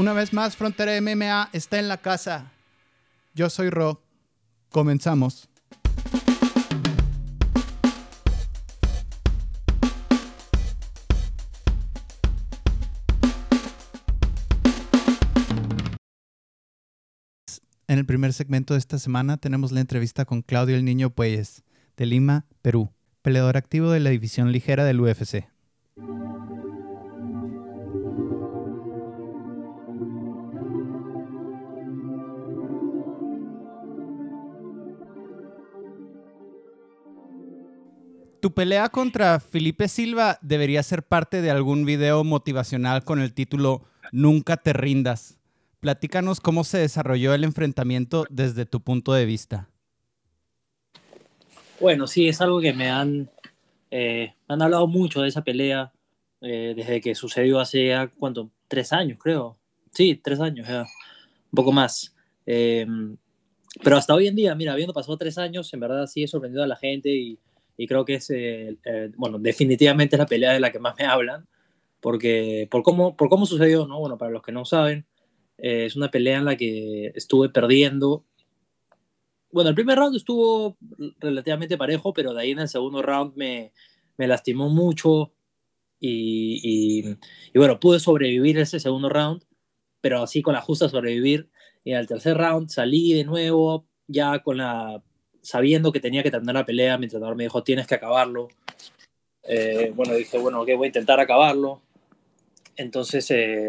Una vez más, Frontera MMA está en la casa. Yo soy Ro. Comenzamos. En el primer segmento de esta semana tenemos la entrevista con Claudio El Niño Puelles, de Lima, Perú, peleador activo de la división ligera del UFC. Tu pelea contra Felipe Silva debería ser parte de algún video motivacional con el título Nunca te rindas. Platícanos cómo se desarrolló el enfrentamiento desde tu punto de vista. Bueno, sí, es algo que me han hablado mucho de esa pelea desde que sucedió hace ya, ¿cuánto? 3 años, creo. Sí, 3 años, ya. Un poco más. Pero hasta hoy en día, mira, habiendo pasado 3 años, en verdad sí he sorprendido a la gente y creo que es, bueno, definitivamente es la pelea de la que más me hablan, porque por cómo sucedió, ¿no? Bueno, para los que no saben, es una pelea en la que estuve perdiendo. Bueno, el primer round estuvo relativamente parejo, pero de ahí en el segundo round me lastimó mucho y bueno, pude sobrevivir ese segundo round, pero así con la justa sobrevivir. Y en el tercer round salí de nuevo, ya sabiendo que tenía que terminar la pelea. Mi entrenador me dijo, tienes que acabarlo. Bueno, dije, bueno, ok, voy a intentar acabarlo. Entonces,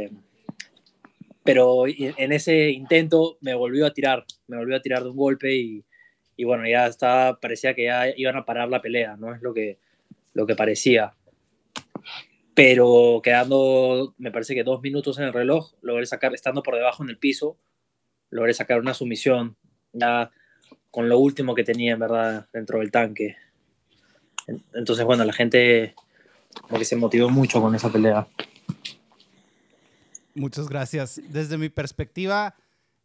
pero en ese intento me volvió a tirar de un golpe y bueno, parecía que ya iban a parar la pelea, ¿no? Es lo que parecía. Pero quedando, me parece que 2 minutos en el reloj, logré sacar, estando por debajo en el piso, logré sacar una sumisión, ya con lo último que tenía, en verdad, dentro del tanque. Entonces, bueno, la gente como que se motivó mucho con esa pelea. Muchas gracias. Desde mi perspectiva,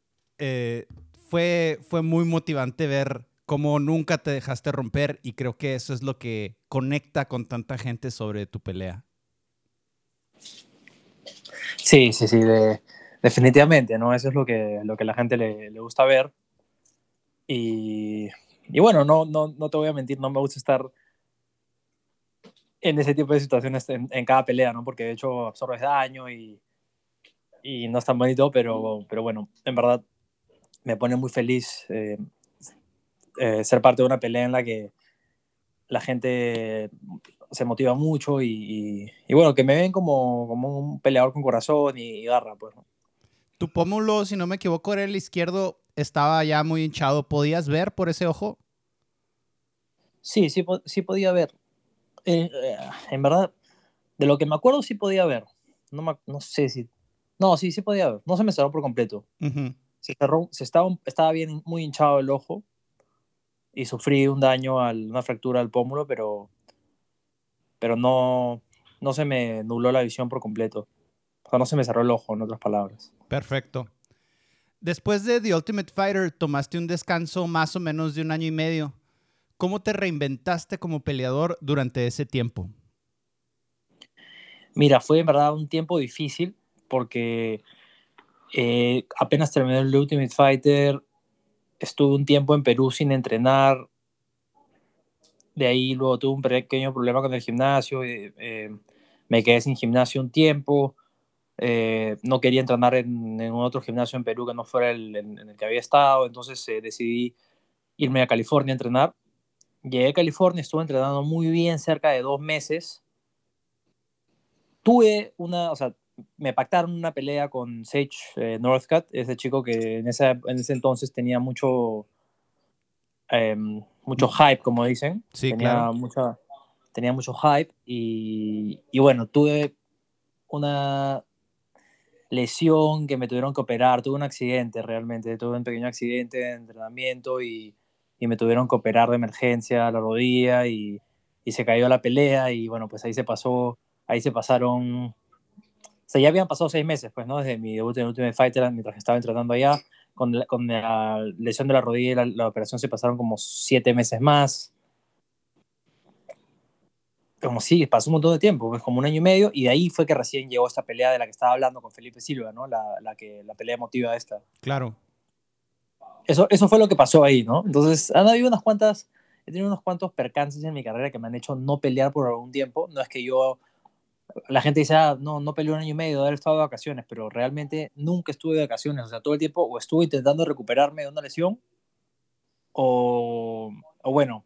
fue muy motivante ver cómo nunca te dejaste romper y creo que eso es lo que conecta con tanta gente sobre tu pelea. Sí, definitivamente, ¿no? Eso es lo que a la gente le gusta ver. Y bueno, no te voy a mentir, no me gusta estar en ese tipo de situaciones en cada pelea, ¿no? Porque de hecho absorbes daño y no es tan bonito, pero bueno, en verdad me pone muy feliz ser parte de una pelea en la que la gente se motiva mucho y bueno, que me ven como un peleador con corazón y garra, pues, ¿no? Tu pómulo, si no me equivoco, era el izquierdo, estaba ya muy hinchado. ¿Podías ver por ese ojo? Sí podía ver. En verdad, de lo que me acuerdo sí podía ver. No sé si... No, sí podía ver. No se me cerró por completo. Uh-huh. Estaba bien, muy hinchado el ojo y sufrí un daño, una fractura al pómulo, pero no se me nubló la visión por completo. O sea, no se me cerró el ojo, en otras palabras. Perfecto. Después de The Ultimate Fighter, tomaste un descanso más o menos de 1 año y medio. ¿Cómo te reinventaste como peleador durante ese tiempo? Mira, fue en verdad un tiempo difícil porque apenas terminé el Ultimate Fighter, estuve un tiempo en Perú sin entrenar. De ahí luego tuve un pequeño problema con el gimnasio. Me quedé sin gimnasio un tiempo. No quería entrenar en un otro gimnasio en Perú que no fuera en el que había estado. Entonces decidí irme a California a entrenar. Llegué a California, estuve entrenando muy bien cerca de 2 meses. O sea, me pactaron una pelea con Sage Northcutt, ese chico que en ese entonces tenía mucho hype, como dicen. Sí, claro. Tenía mucho hype y bueno, tuve una lesión que me tuvieron que operar, tuve un accidente realmente, tuve un pequeño accidente de entrenamiento y me tuvieron que operar de emergencia a la rodilla y se cayó la pelea y bueno, pues ahí se pasaron, o sea, ya habían pasado 6 meses, pues, ¿no? Desde mi debut en Ultimate Fighter, mientras estaba entrenando allá, con la lesión de la rodilla y la operación se pasaron como 7 meses más. como sí, pasó un montón de tiempo, pues como un año y medio, y de ahí fue que recién llegó esta pelea de la que estaba hablando con Felipe Silva, ¿no? La pelea emotiva esta. Claro. Eso fue lo que pasó ahí, ¿no? Entonces, han habido he tenido unos cuantos percances en mi carrera que me han hecho no pelear por algún tiempo. No es que la gente dice, no, no peleé un año y medio de haber estado de vacaciones, pero realmente nunca estuve de vacaciones. O sea, todo el tiempo o estuve intentando recuperarme de una lesión o bueno,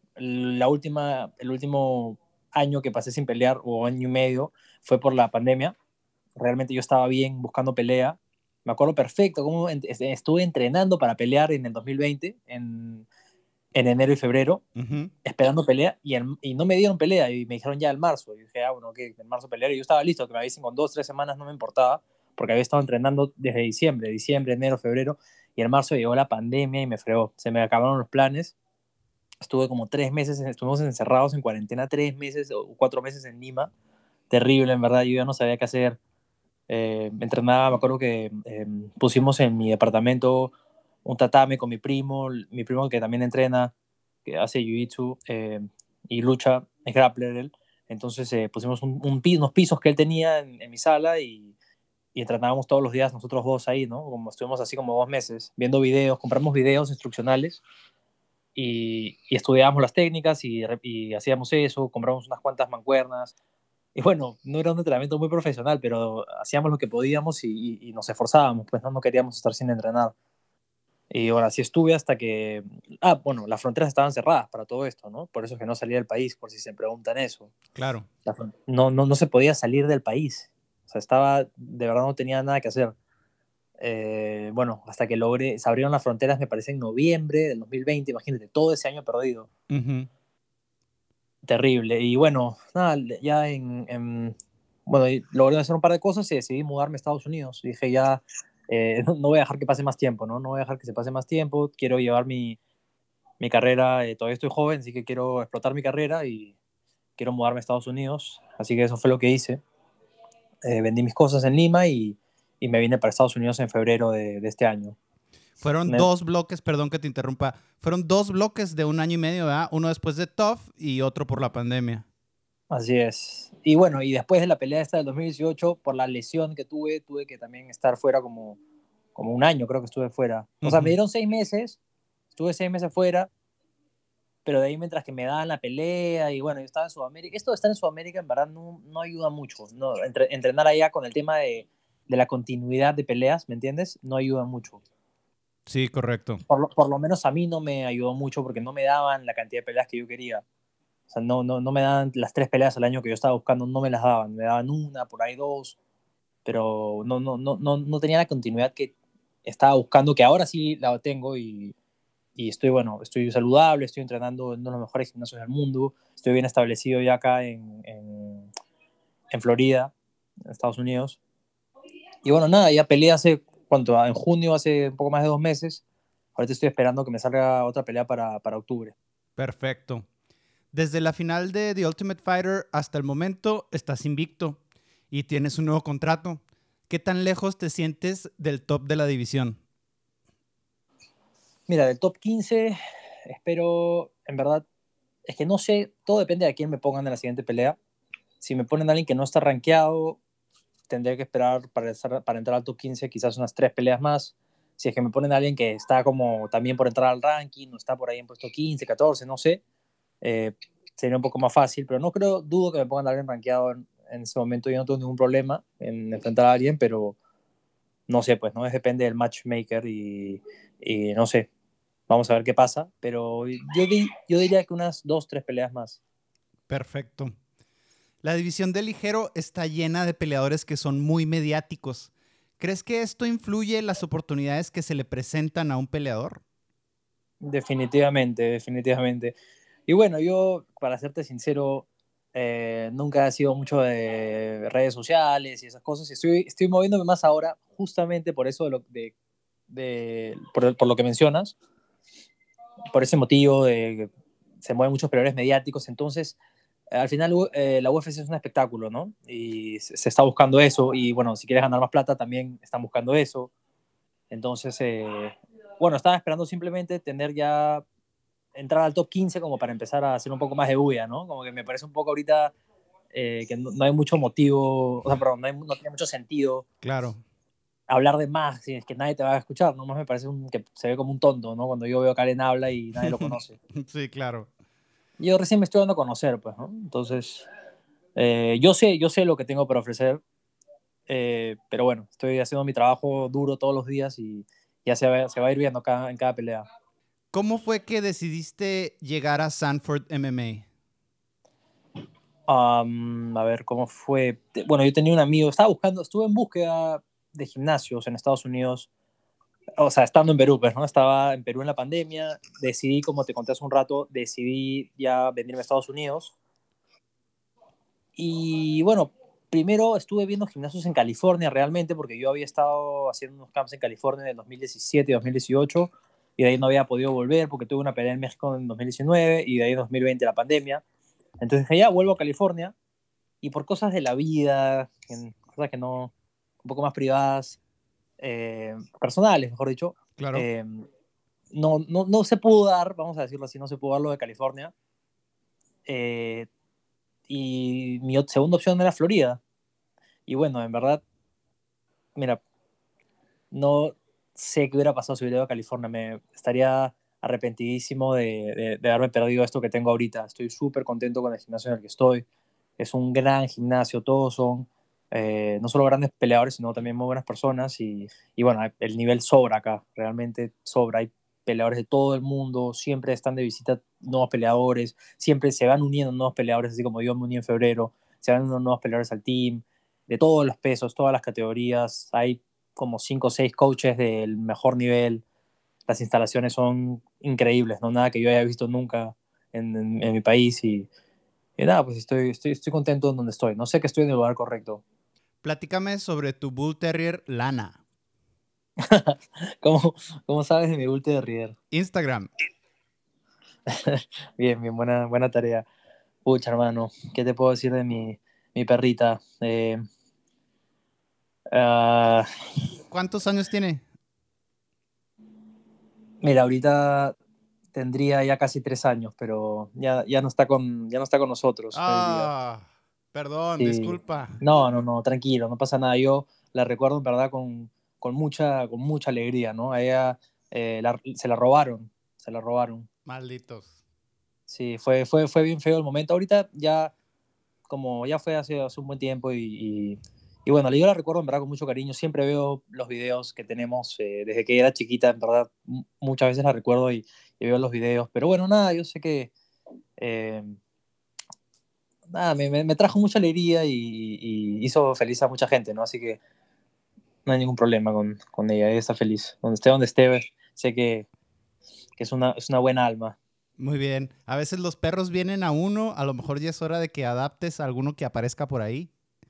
el último año que pasé sin pelear o año y medio fue por la pandemia. Realmente yo estaba bien buscando pelea. Me acuerdo perfecto cómo estuve entrenando para pelear en el 2020, en enero y febrero, Ujú. esperando pelea y no me dieron pelea y me dijeron ya el marzo. Y dije, bueno, ok, en marzo pelear. Y yo estaba listo, que me avisen con 2, 3 semanas, no me importaba, porque había estado entrenando desde diciembre, enero, febrero. Y en marzo llegó la pandemia y me fregó. Se me acabaron los planes. Estuve como 3 meses, estuvimos encerrados en cuarentena 3 meses o 4 meses en Lima. Terrible, en verdad. Yo ya no sabía qué hacer. Entrenaba, me acuerdo que pusimos en mi departamento un tatame con mi primo que también entrena, que hace jiu-jitsu y lucha, es grappler él. Entonces pusimos unos pisos que él tenía en mi sala y entrenábamos todos los días nosotros dos ahí, ¿no? Como estuvimos así como 2 meses, viendo videos, compramos videos instruccionales y estudiábamos las técnicas y hacíamos eso, compramos unas cuantas mancuernas, y bueno, no era un entrenamiento muy profesional, pero hacíamos lo que podíamos y nos esforzábamos, pues no queríamos estar sin entrenar. Y ahora así estuve hasta que, bueno, las fronteras estaban cerradas para todo esto, ¿no? Por eso es que no salía del país, por si se preguntan eso. Claro. No se podía salir del país. O sea, de verdad no tenía nada que hacer. Bueno, hasta que se abrieron las fronteras, me parece en noviembre del 2020, imagínate, todo ese año perdido. Ujú. Terrible. Y bueno, nada, ya bueno, logré hacer un par de cosas y decidí mudarme a Estados Unidos. Dije ya, no voy a dejar que pase más tiempo, ¿no? No voy a dejar que se pase más tiempo. Quiero llevar mi carrera, todavía estoy joven, así que quiero explotar mi carrera y quiero mudarme a Estados Unidos. Así que eso fue lo que hice. Vendí mis cosas en Lima y me vine para Estados Unidos en febrero de este año. Fueron Me- dos bloques, perdón que te interrumpa, fueron dos bloques de un año y medio, ¿verdad? Uno después de Tough y otro por la pandemia. Así es. Y bueno, y después de la pelea esta del 2018, por la lesión que tuve que también estar fuera como un año, creo que estuve fuera. O sea, me Ujú. dieron 6 meses, estuve 6 meses fuera, pero de ahí mientras que me daban la pelea y bueno, yo estaba en Sudamérica. Esto de estar en Sudamérica en verdad no ayuda mucho. No, entrenar allá con el tema de la continuidad de peleas, ¿me entiendes? No ayuda mucho. Sí, correcto. Por lo menos a mí no me ayudó mucho porque no me daban la cantidad de peleas que yo quería. O sea, no me daban las 3 peleas al año que yo estaba buscando, no me las daban. Me daban una, por ahí dos, pero no tenía la continuidad que estaba buscando, que ahora sí la tengo y estoy, bueno, estoy saludable, estoy entrenando en uno de los mejores gimnasios del mundo, estoy bien establecido ya acá en Florida, en Estados Unidos. Y bueno, nada, ya peleé hace, ¿cuánto? En junio, hace un poco más de 2 meses. Ahorita estoy esperando que me salga otra pelea para octubre. Perfecto. Desde la final de The Ultimate Fighter hasta el momento estás invicto y tienes un nuevo contrato. ¿Qué tan lejos te sientes del top de la división? Mira, del top 15 espero, en verdad, es que no sé, todo depende de a quién me pongan en la siguiente pelea. Si me ponen a alguien que no está rankeado, tendré que esperar para entrar al top 15 quizás unas 3 peleas más. Si es que me ponen a alguien que está como también por entrar al ranking, no está por ahí en puesto 15, 14, no sé, eh, sería un poco más fácil, pero no creo, dudo que me pongan a alguien rankeado en ese momento. Yo no tengo ningún problema en enfrentar a alguien, pero no sé, pues no depende del matchmaker y no sé, vamos a ver qué pasa, pero yo diría que unas 2, 3 peleas más. Perfecto. La división de ligero está llena de peleadores que son muy mediáticos. ¿Crees que esto influye en las oportunidades que se le presentan a un peleador? Definitivamente, definitivamente. Y bueno, yo, para serte sincero, nunca he sido mucho de redes sociales y esas cosas. Estoy moviéndome más ahora justamente por eso por lo que mencionas, por ese motivo de que se mueven muchos peleadores mediáticos. Entonces, al final la UFC es un espectáculo, ¿no? Y se está buscando eso. Y bueno, si quieres ganar más plata, también están buscando eso. Entonces, bueno, estaba esperando simplemente tener ya entrar al top 15 como para empezar a hacer un poco más de bulla, ¿no? Como que me parece un poco ahorita que no hay mucho motivo, o sea, perdón, no tiene mucho sentido Claro. hablar de más si es que nadie te va a escuchar, ¿no? Más me parece que se ve como un tonto, ¿no? Cuando yo veo que alguien habla y nadie lo conoce. Sí, claro. Yo recién me estoy dando a conocer, pues, ¿no? Entonces, yo sé lo que tengo para ofrecer, pero bueno, estoy haciendo mi trabajo duro todos los días y ya se va a ir viendo en cada pelea. ¿Cómo fue que decidiste llegar a Sanford MMA? A ver, ¿cómo fue? Bueno, yo tenía un amigo, estuve en búsqueda de gimnasios en Estados Unidos, o sea, estando en Perú, pues, ¿no? Estaba en Perú en la pandemia, decidí, como te conté hace un rato, decidí ya venirme a Estados Unidos. Y bueno, primero estuve viendo gimnasios en California realmente, porque yo había estado haciendo unos camps en California en el 2017 y 2018, y de ahí no había podido volver porque tuve una pelea en México en 2019 y de ahí en 2020 la pandemia. Entonces dije, ya vuelvo a California y por cosas de la vida, cosas que no, un poco más privadas, personales, mejor dicho, Claro. eh, no se pudo dar, vamos a decirlo así, no se pudo dar lo de California. eh, y mi segunda opción era Florida. Y bueno, en verdad, mira, no sé qué hubiera pasado si hubiera ido a California. Me estaría arrepentidísimo de haberme perdido esto que tengo ahorita. Estoy súper contento con el gimnasio en el que estoy. Es un gran gimnasio, todos son no solo grandes peleadores, sino también muy buenas personas. Y bueno, el nivel sobra acá, realmente sobra. Hay peleadores de todo el mundo, siempre están de visita nuevos peleadores, siempre se van uniendo nuevos peleadores, así como yo me uní en febrero, se van uniendo nuevos peleadores al team, de todos los pesos, todas las categorías. Hay como 5 o 6 coaches del mejor nivel. Las instalaciones son increíbles, no nada que yo haya visto nunca en mi país y nada, pues estoy contento en donde estoy. No sé que estoy en el lugar correcto. Platícame sobre tu Bull Terrier Lana. ¿Cómo, cómo sabes de mi Bull Terrier? Instagram. Bien, bien, buena tarea. Pucha, hermano, ¿qué te puedo decir de mi perrita? Ah, ¿Cuántos años tiene? mira, ahorita tendría ya casi 3 años, pero ya no está con nosotros hoy día. Ah, perdón, Sí. disculpa. No, tranquilo, no pasa nada. Yo la recuerdo en verdad con mucha alegría, ¿no? A ella se la robaron, se la robaron. Malditos. Sí, fue bien feo el momento. Ahorita ya, como ya fue hace un buen tiempo y bueno, yo la recuerdo en verdad con mucho cariño. Siempre veo los videos que tenemos desde que era chiquita, en verdad, muchas veces la recuerdo y veo los videos. Pero bueno, nada, yo sé que eh, nada, me trajo mucha alegría y hizo feliz a mucha gente, ¿no? Así que no hay ningún problema con ella, ella está feliz. Donde esté, sé que es una buena alma. Muy bien. A veces los perros vienen a uno, a lo mejor ya es hora de que adaptes a alguno que aparezca por ahí.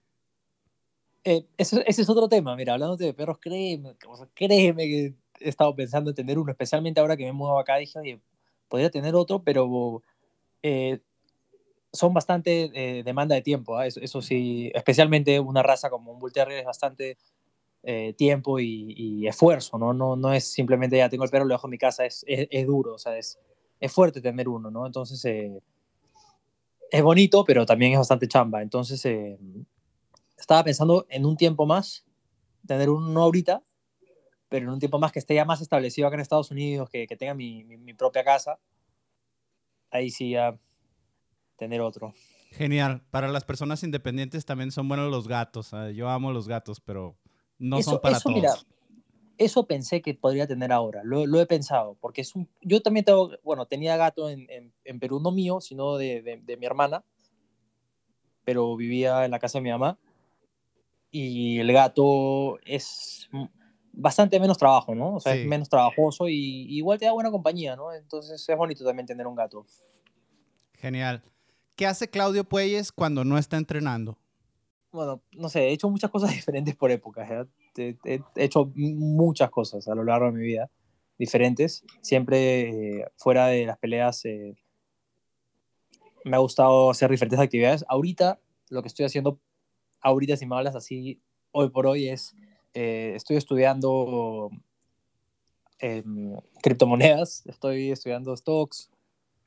Ese es otro tema, mira, hablando de perros, o sea, créeme que he estado pensando en tener uno, especialmente ahora que me he mudado acá, dije, oye, podría tener otro, pero eh, son bastante demanda de tiempo, ¿ah? Eso sí, especialmente una raza como un Bull Terrier es bastante tiempo y esfuerzo, ¿no? No es simplemente ya tengo el perro, lo dejo en mi casa, es duro, o sea, es fuerte tener uno, ¿no? Entonces, es bonito, pero también es bastante chamba. Entonces, estaba pensando en un tiempo más, tener uno ahorita, pero en un tiempo más que esté ya más establecido acá en Estados Unidos, que tenga mi propia casa, ahí sí ya tener otro. Genial. Para las personas independientes también son buenos los gatos. Yo amo los gatos, pero no son para Mira, todos. eso pensé que podría tener ahora, lo he pensado, porque yo también tengo, bueno, tenía gato en Perú, no mío, sino de mi hermana, pero vivía en la casa de mi mamá y el gato es bastante menos trabajo, ¿no? O sea, es Sí, menos trabajoso y igual te da buena compañía, ¿no? Entonces es bonito también tener un gato. genial. ¿Qué hace Claudio Puelles cuando no está entrenando? Bueno, no sé, he hecho muchas cosas diferentes por épocas, ¿ya? He hecho muchas cosas a lo largo de mi vida, diferentes. Siempre fuera de las peleas me ha gustado hacer diferentes actividades. Ahorita, lo que estoy haciendo, ahorita si me hablas así, hoy por hoy es, estoy estudiando criptomonedas, estoy estudiando stocks,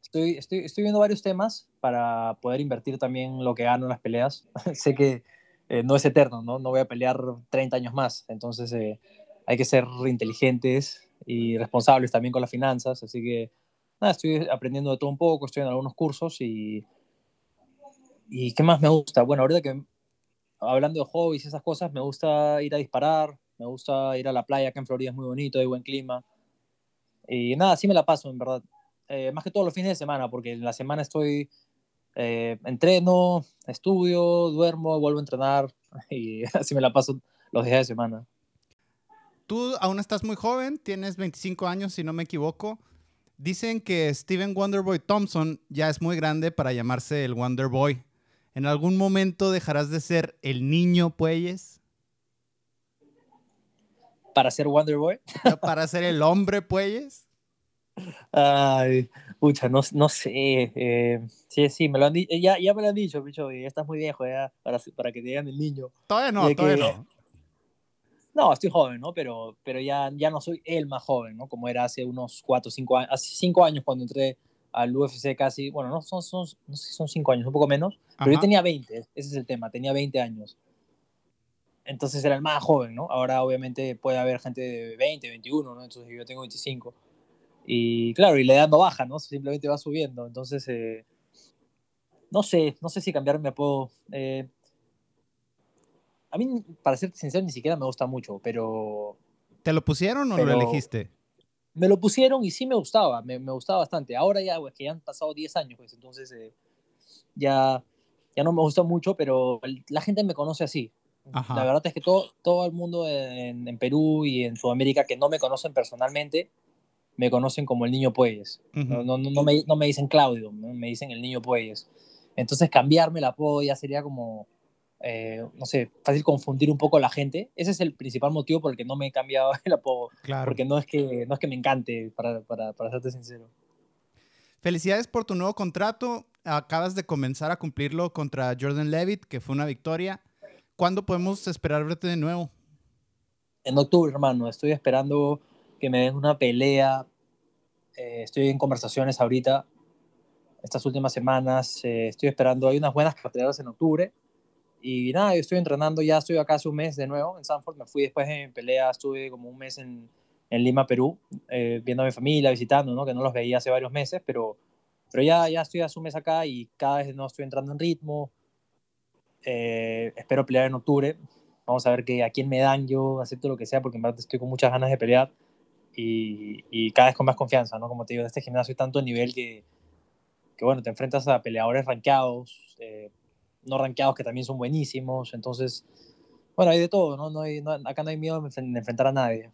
Estoy viendo varios temas para poder invertir también lo que gano en las peleas. Sé que no es eterno, ¿no? No voy a pelear 30 años más, entonces hay que ser inteligentes y responsables también con las finanzas, así que nada, estoy aprendiendo de todo un poco, estoy en algunos cursos y ¿qué más me gusta? Bueno, ahorita que hablando de hobbies y esas cosas, me gusta ir a disparar, me gusta ir a la playa, acá en Florida es muy bonito, hay buen clima. Y nada, así me la paso, en verdad. Más que todos los fines de semana, porque en la semana entreno, estudio, duermo, vuelvo a entrenar y así me la paso los días de semana. Tú aún estás muy joven, tienes 25 años, si no me equivoco. Dicen que Steven Wonderboy Thompson ya es muy grande para llamarse el Wonderboy. ¿En algún momento dejarás de ser el niño Puelles Para ser Wonderboy, para ser el hombre Puelles? ay, pucha, no sé. Sí, sí, me lo han ya me lo han dicho, bicho, y ya estás muy viejo ya para que te digan el niño. Todavía no, De todavía que, no. no, estoy joven, ¿no? Pero ya no soy el más joven, ¿no? Como era hace unos 4 o 5 años, hace 5 años cuando entré al UFC casi, bueno, no sé si son 5 años, un poco menos, pero yo Ajá. tenía 20, ese es el tema, tenía 20 años. Entonces era el más joven, ¿no? Ahora obviamente puede haber gente de 20, 21, ¿no? Entonces yo tengo 25. Y claro, y la edad no baja, ¿no? Simplemente va subiendo. Entonces, no sé si cambiar me puedo... a mí, para ser sincero, ni siquiera me gusta mucho, ¿Te lo pusieron o lo pero elegiste? me lo pusieron y sí me gustaba, me gustaba bastante. Ahora ya, pues, que ya han pasado 10 años, pues entonces ya, ya no me gusta mucho, pero la gente me conoce así. La Ajá. verdad es que todo el mundo en Perú y en Sudamérica que no me conocen personalmente, me conocen como el niño Puelles. No, Ujú. no, no me dicen Claudio, ¿no? Me dicen el niño Puelles. Entonces cambiarme el apodo ya sería como, no sé, fácil confundir un poco a la gente. Ese es el principal motivo por el que no me he cambiado el apodo, Claro. porque no es que me encante, para serte sincero. Felicidades por tu nuevo contrato. Acabas de comenzar a cumplirlo contra Jordan Levitt, que fue una victoria. ¿Cuándo podemos esperar verte de nuevo? En octubre, hermano, estoy esperando que me den una pelea. Estoy en conversaciones ahorita, estas últimas semanas. Estoy esperando, hay unas buenas carteleras en octubre. Y nada, yo estoy entrenando, ya estoy acá hace un mes de nuevo en Sanford. Me fui después de mi pelea, estuve como un mes en Lima, Perú, viendo a mi familia, visitando, ¿no? Que no los veía hace varios meses, pero ya estoy hace un mes acá y cada vez no estoy entrando en ritmo. Espero pelear en octubre. Vamos a ver a quién me dan, yo acepto lo que sea porque en verdad estoy con muchas ganas de pelear y cada vez con más confianza, ¿no? Como te digo, en este gimnasio hay tanto nivel que bueno, te enfrentas a peleadores rankeados, no rankeados que también son buenísimos, entonces, bueno, hay de todo, ¿no? Acá no hay miedo de enfrentar a nadie.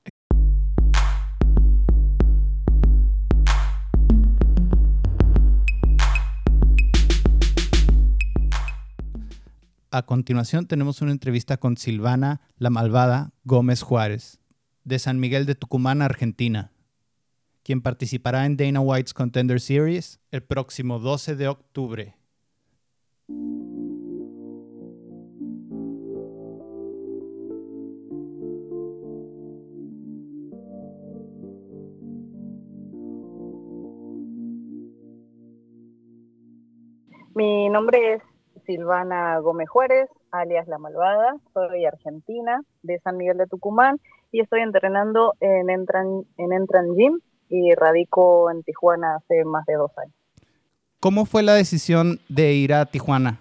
A continuación tenemos una entrevista con Silvana La Malvada Gómez Juárez, de San Miguel de Tucumán, Argentina, quien participará en Dana White's Contender Series el próximo 12 de octubre. Mi nombre es Silvana Gómez Juárez, alias La Malvada. Soy argentina, de San Miguel de Tucumán, y estoy entrenando en Entran Gym y radico en Tijuana hace más de 2 años. ¿Cómo fue la decisión de ir a Tijuana?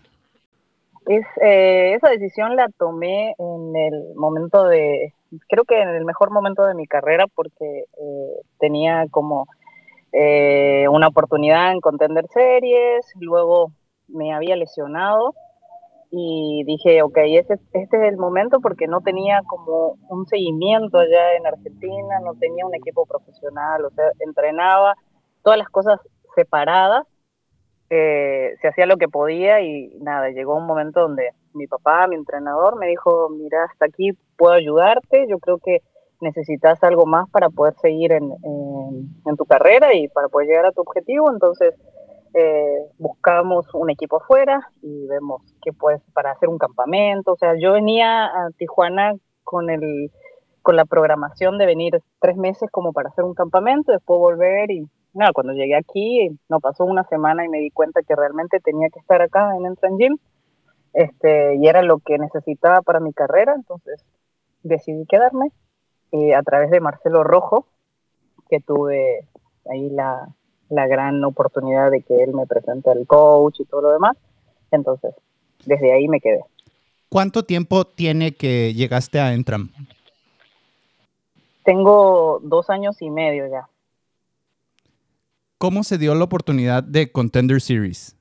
Esa decisión la tomé en el momento creo que en el mejor momento de mi carrera, porque tenía como una oportunidad en Contender Series, luego me había lesionado y dije, ok, este es el momento, porque no tenía como un seguimiento allá en Argentina, no tenía un equipo profesional, o sea, entrenaba todas las cosas separadas, se hacía lo que podía y nada, llegó un momento donde mi papá, mi entrenador, me dijo, mira, hasta aquí puedo ayudarte, yo creo que necesitas algo más para poder seguir en tu carrera y para poder llegar a tu objetivo, entonces buscamos un equipo afuera y vemos qué puedes para hacer un campamento. O sea, yo venía a Tijuana con la programación de venir 3 meses como para hacer un campamento, después volver y nada, cuando llegué aquí, no pasó una semana y me di cuenta que realmente tenía que estar acá en Entran Gym, y era lo que necesitaba para mi carrera, entonces decidí quedarme a través de Marcelo Rojo, que tuve ahí la gran oportunidad de que él me presente al coach y todo lo demás, entonces desde ahí me quedé. ¿Cuánto tiempo tiene que llegaste a Entram? Tengo 2 años y medio ya. ¿Cómo se dio la oportunidad de Contender Series?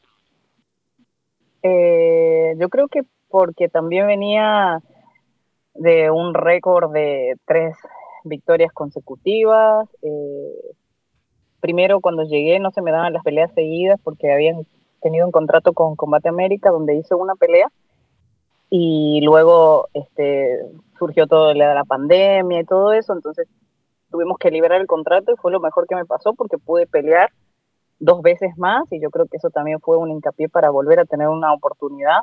Yo creo que porque también venía de un récord de 3 victorias consecutivas. Primero, cuando llegué, no se me daban las peleas seguidas porque habían tenido un contrato con Combate América donde hice una pelea y luego surgió todo la pandemia y todo eso, entonces tuvimos que liberar el contrato y fue lo mejor que me pasó porque pude pelear 2 veces más y yo creo que eso también fue un hincapié para volver a tener una oportunidad.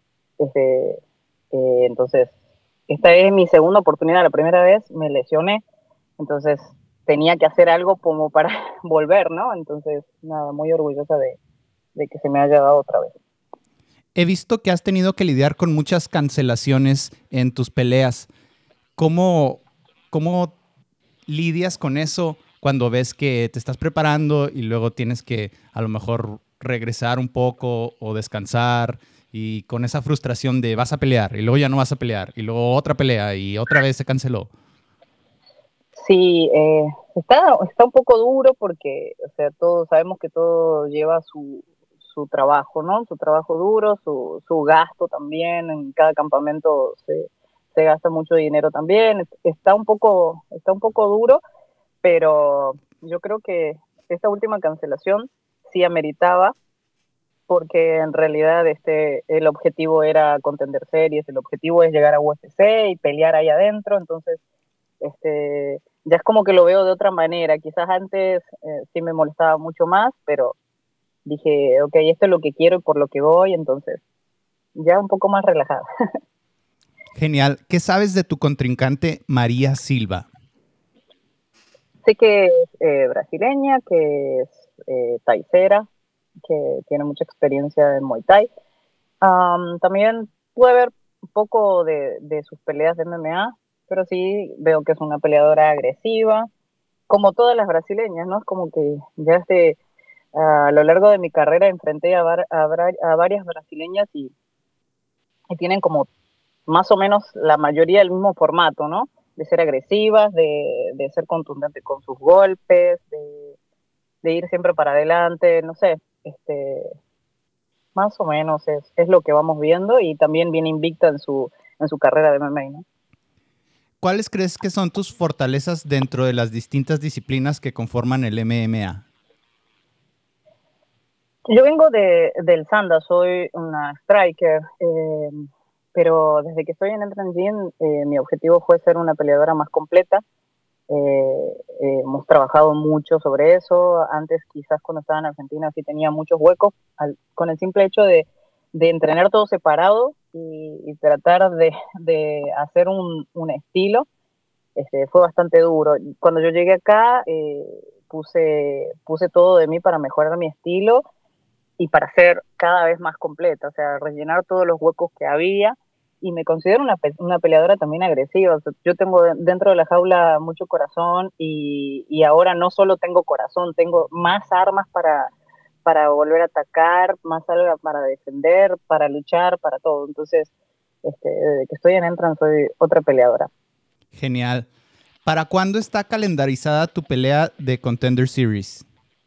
Entonces, esta es mi segunda oportunidad. La primera vez me lesioné, entonces tenía que hacer algo como para volver, ¿no? Entonces, nada, muy orgullosa de que se me haya dado otra vez. He visto que has tenido que lidiar con muchas cancelaciones en tus peleas. ¿Cómo lidias con eso cuando ves que te estás preparando y luego tienes que a lo mejor regresar un poco o descansar y con esa frustración de vas a pelear y luego ya no vas a pelear y luego otra pelea y otra vez se canceló? Sí, está un poco duro porque, o sea, todos sabemos que todo lleva su trabajo, ¿no? Su trabajo duro, su gasto también. En cada campamento se gasta mucho dinero también. Está un poco duro, pero yo creo que esta última cancelación sí ameritaba porque en realidad el objetivo era contender series, el objetivo es llegar a UFC y pelear ahí adentro, entonces ya es como que lo veo de otra manera. Quizás antes sí me molestaba mucho más, pero dije, ok, esto es lo que quiero y por lo que voy, entonces ya un poco más relajada. Genial. ¿Qué sabes de tu contrincante María Silva? Sé que es brasileña, que es taicera, que tiene mucha experiencia en Muay Thai. También pude ver un poco de sus peleas de MMA, pero sí veo que es una peleadora agresiva, como todas las brasileñas, ¿no? Es como que ya a lo largo de mi carrera enfrenté a varias brasileñas y tienen como más o menos la mayoría del mismo formato, ¿no? De ser agresivas, de ser contundentes con sus golpes, de ir siempre para adelante, no sé, más o menos es lo que vamos viendo y también bien invicta en su carrera de MMA, ¿no? ¿Cuáles crees que son tus fortalezas dentro de las distintas disciplinas que conforman el MMA? Yo vengo del Sanda, soy una striker, pero desde que estoy en Entran Gym, mi objetivo fue ser una peleadora más completa. Hemos trabajado mucho sobre eso. Antes, quizás cuando estaba en Argentina, sí tenía muchos huecos, con el simple hecho de entrenar todo separado y tratar de hacer un estilo. Fue bastante duro. Cuando yo llegué acá, puse todo de mí para mejorar mi estilo y para ser cada vez más completa, o sea, rellenar todos los huecos que había y me considero una peleadora también agresiva. O sea, yo tengo dentro de la jaula mucho corazón y ahora no solo tengo corazón, tengo más armas para volver a atacar, más armas para defender, para luchar, para todo. Entonces, desde que estoy en Entran soy otra peleadora. Genial. ¿Para cuándo está calendarizada tu pelea de Contender Series?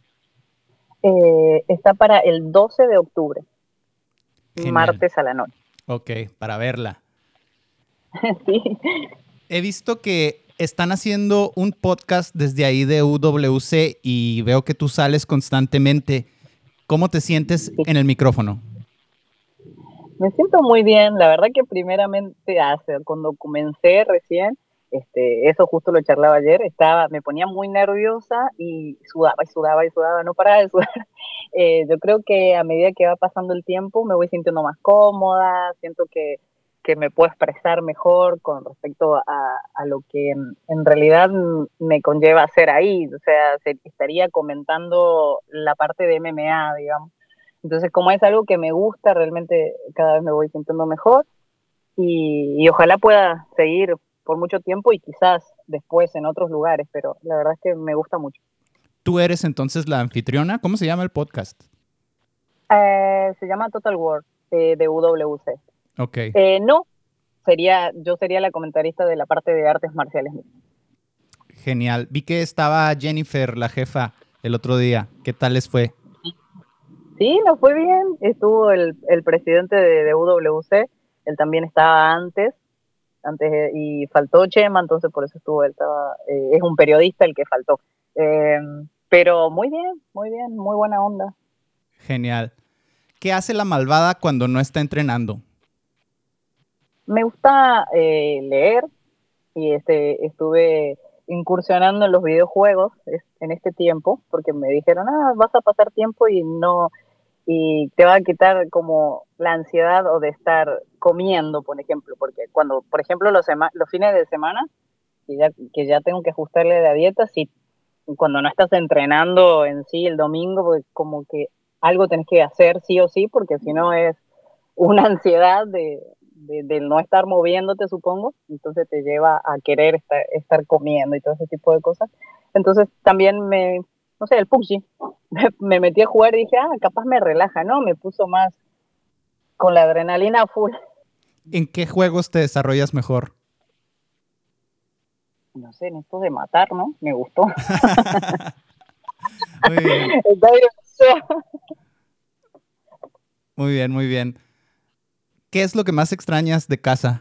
Está para el 12 de octubre, Genial. martes a la noche. Ok, para verla. Sí. He visto que están haciendo un podcast desde ahí de UWC y veo que tú sales constantemente. ¿Cómo te sientes en el micrófono? Me siento muy bien, la verdad que primeramente cuando comencé recién, eso justo lo charlaba ayer, me ponía muy nerviosa y sudaba y sudaba y sudaba, no paraba de sudar. Yo creo que a medida que va pasando el tiempo me voy sintiendo más cómoda, siento que que me puedo expresar mejor con respecto a lo que en realidad me conlleva hacer ahí. O sea, estaría comentando la parte de MMA, digamos. Entonces, como es algo que me gusta, realmente cada vez me voy sintiendo mejor y ojalá pueda seguir por mucho tiempo y quizás después en otros lugares, pero la verdad es que me gusta mucho. ¿Tú eres entonces la anfitriona? ¿Cómo se llama el podcast? Se llama Total War, de UWC. Ok. No, yo sería la comentarista de la parte de artes marciales. Genial. Vi que estaba Jennifer, la jefa, el otro día. ¿Qué tal les fue? Sí, nos fue bien. Estuvo el presidente de UWC, él también estaba antes y faltó Chema, entonces por eso estuvo él. Es un periodista el que faltó. Pero muy bien, muy buena onda. Genial. ¿Qué hace la malvada cuando no está entrenando? Me gusta leer y estuve incursionando en los videojuegos en este tiempo, porque me dijeron, vas a pasar tiempo y te va a quitar como la ansiedad o de estar comiendo, por ejemplo, porque cuando, por ejemplo, los fines de semana, que ya tengo que ajustarle la dieta, sí, cuando no estás entrenando en sí el domingo, pues como que algo tenés que hacer sí o sí, porque si no es una ansiedad de no estar moviéndote, supongo, entonces te lleva a querer estar comiendo y todo ese tipo de cosas. Entonces también no sé, el PUBG, me metí a jugar y dije, capaz me relaja, ¿no? Me puso más con la adrenalina full. ¿En qué juegos te desarrollas mejor? No sé, en esto de matar, ¿no? Me gustó. Muy bien. Está bien. Muy bien, muy bien. ¿Qué es lo que más extrañas de casa?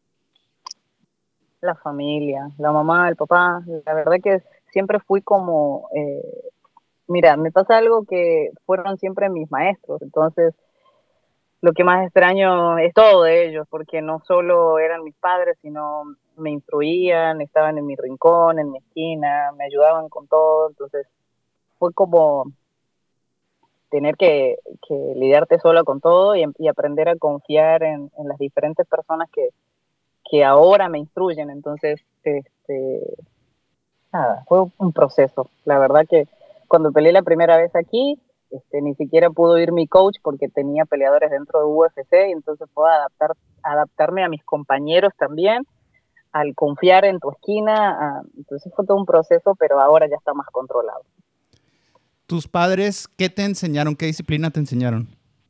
La familia, la mamá, el papá. La verdad que siempre fui como, mira, me pasa algo que fueron siempre mis maestros, entonces lo que más extraño es todo de ellos, porque no solo eran mis padres, sino me instruían, estaban en mi rincón, en mi esquina, me ayudaban con todo, entonces fue como tener que lidiarte solo con todo y aprender a confiar en las diferentes personas que ahora me instruyen, entonces, nada, fue un proceso, la verdad que cuando peleé la primera vez aquí, ni siquiera pudo ir mi coach porque tenía peleadores dentro de UFC y entonces puedo adaptarme a mis compañeros también, al confiar en tu esquina, entonces fue todo un proceso, pero ahora ya está más controlado. ¿Tus padres qué te enseñaron? ¿Qué disciplina te enseñaron?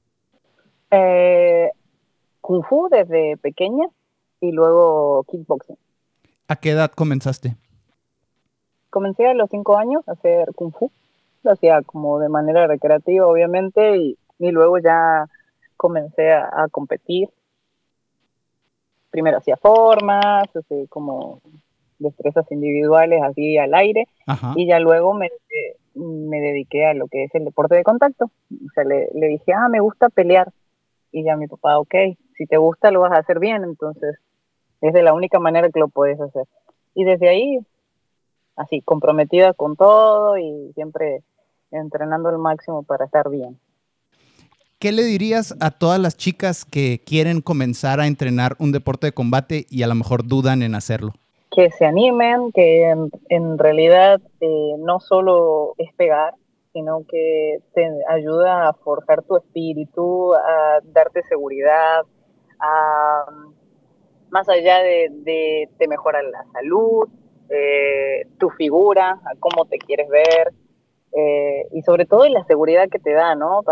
Kung Fu desde pequeña y luego kickboxing. ¿A qué edad comenzaste? Comencé a los 5 años a hacer Kung Fu, lo hacía como de manera recreativa obviamente y luego ya comencé a competir. Primero hacía formas, como destrezas individuales así al aire. Ajá. Y ya luego me dediqué a lo que es el deporte de contacto. O sea, le dije, me gusta pelear. Y ya mi papá, ok, si te gusta lo vas a hacer bien, entonces es de la única manera que lo puedes hacer. Y desde ahí, así, comprometida con todo y siempre entrenando al máximo para estar bien. ¿Qué le dirías a todas las chicas que quieren comenzar a entrenar un deporte de combate y a lo mejor dudan en hacerlo? Que se animen, que en realidad no solo es pegar, sino que te ayuda a forjar tu espíritu, a darte seguridad, más allá te mejora la salud, tu figura, a cómo te quieres ver, y sobre todo la seguridad que te da, ¿no?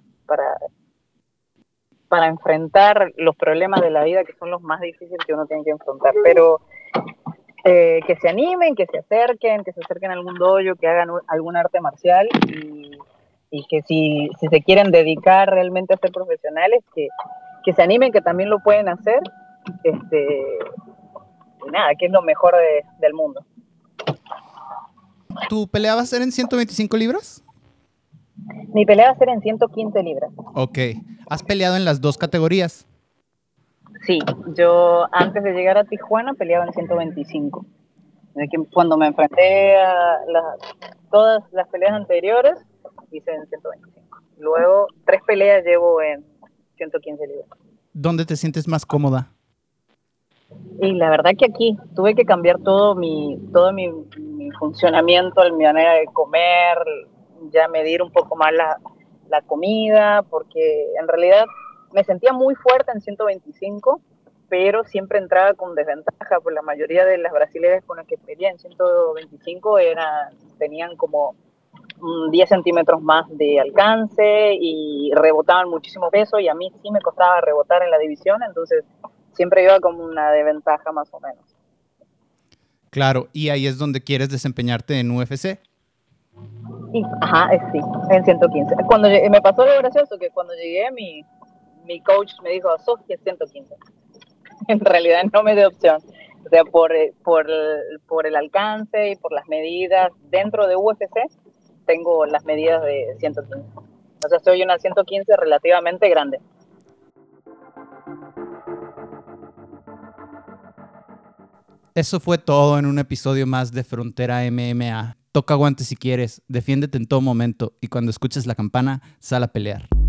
Para enfrentar los problemas de la vida que son los más difíciles que uno tiene que enfrentar, pero que se animen, que se acerquen a algún dojo, que hagan algún arte marcial y que si se quieren dedicar realmente a ser profesionales, que se animen, que también lo pueden hacer, y nada, que es lo mejor del mundo. ¿Tu pelea va a ser en 125 libras? Mi pelea va a ser en 115 libras. Ok. ¿Has peleado en las dos categorías? Sí, yo antes de llegar a Tijuana peleaba en 125. Cuando me enfrenté a todas las peleas anteriores, hice en 125. Luego, 3 peleas llevo en 115 libras. ¿Dónde te sientes más cómoda? Y la verdad que aquí tuve que cambiar todo mi funcionamiento, mi manera de comer, ya medir un poco más la comida, porque en realidad me sentía muy fuerte en 125, pero siempre entraba con desventaja, pues la mayoría de las brasileñas con las que peleé en 125 tenían como 10 centímetros más de alcance y rebotaban muchísimo peso, y a mí sí me costaba rebotar en la división, entonces siempre iba como una desventaja más o menos. Claro, y ahí es donde quieres desempeñarte en UFC. Y, ajá, sí, en 115. Cuando me pasó lo gracioso que cuando llegué mi coach me dijo, Sofía, 115. En realidad no me dio opción. O sea, por el alcance y por las medidas dentro de UFC, tengo las medidas de 115. O sea, soy una 115 relativamente grande. Eso fue todo en un episodio más de Frontera MMA. Toca guantes si quieres, defiéndete en todo momento y cuando escuches la campana, sal a pelear.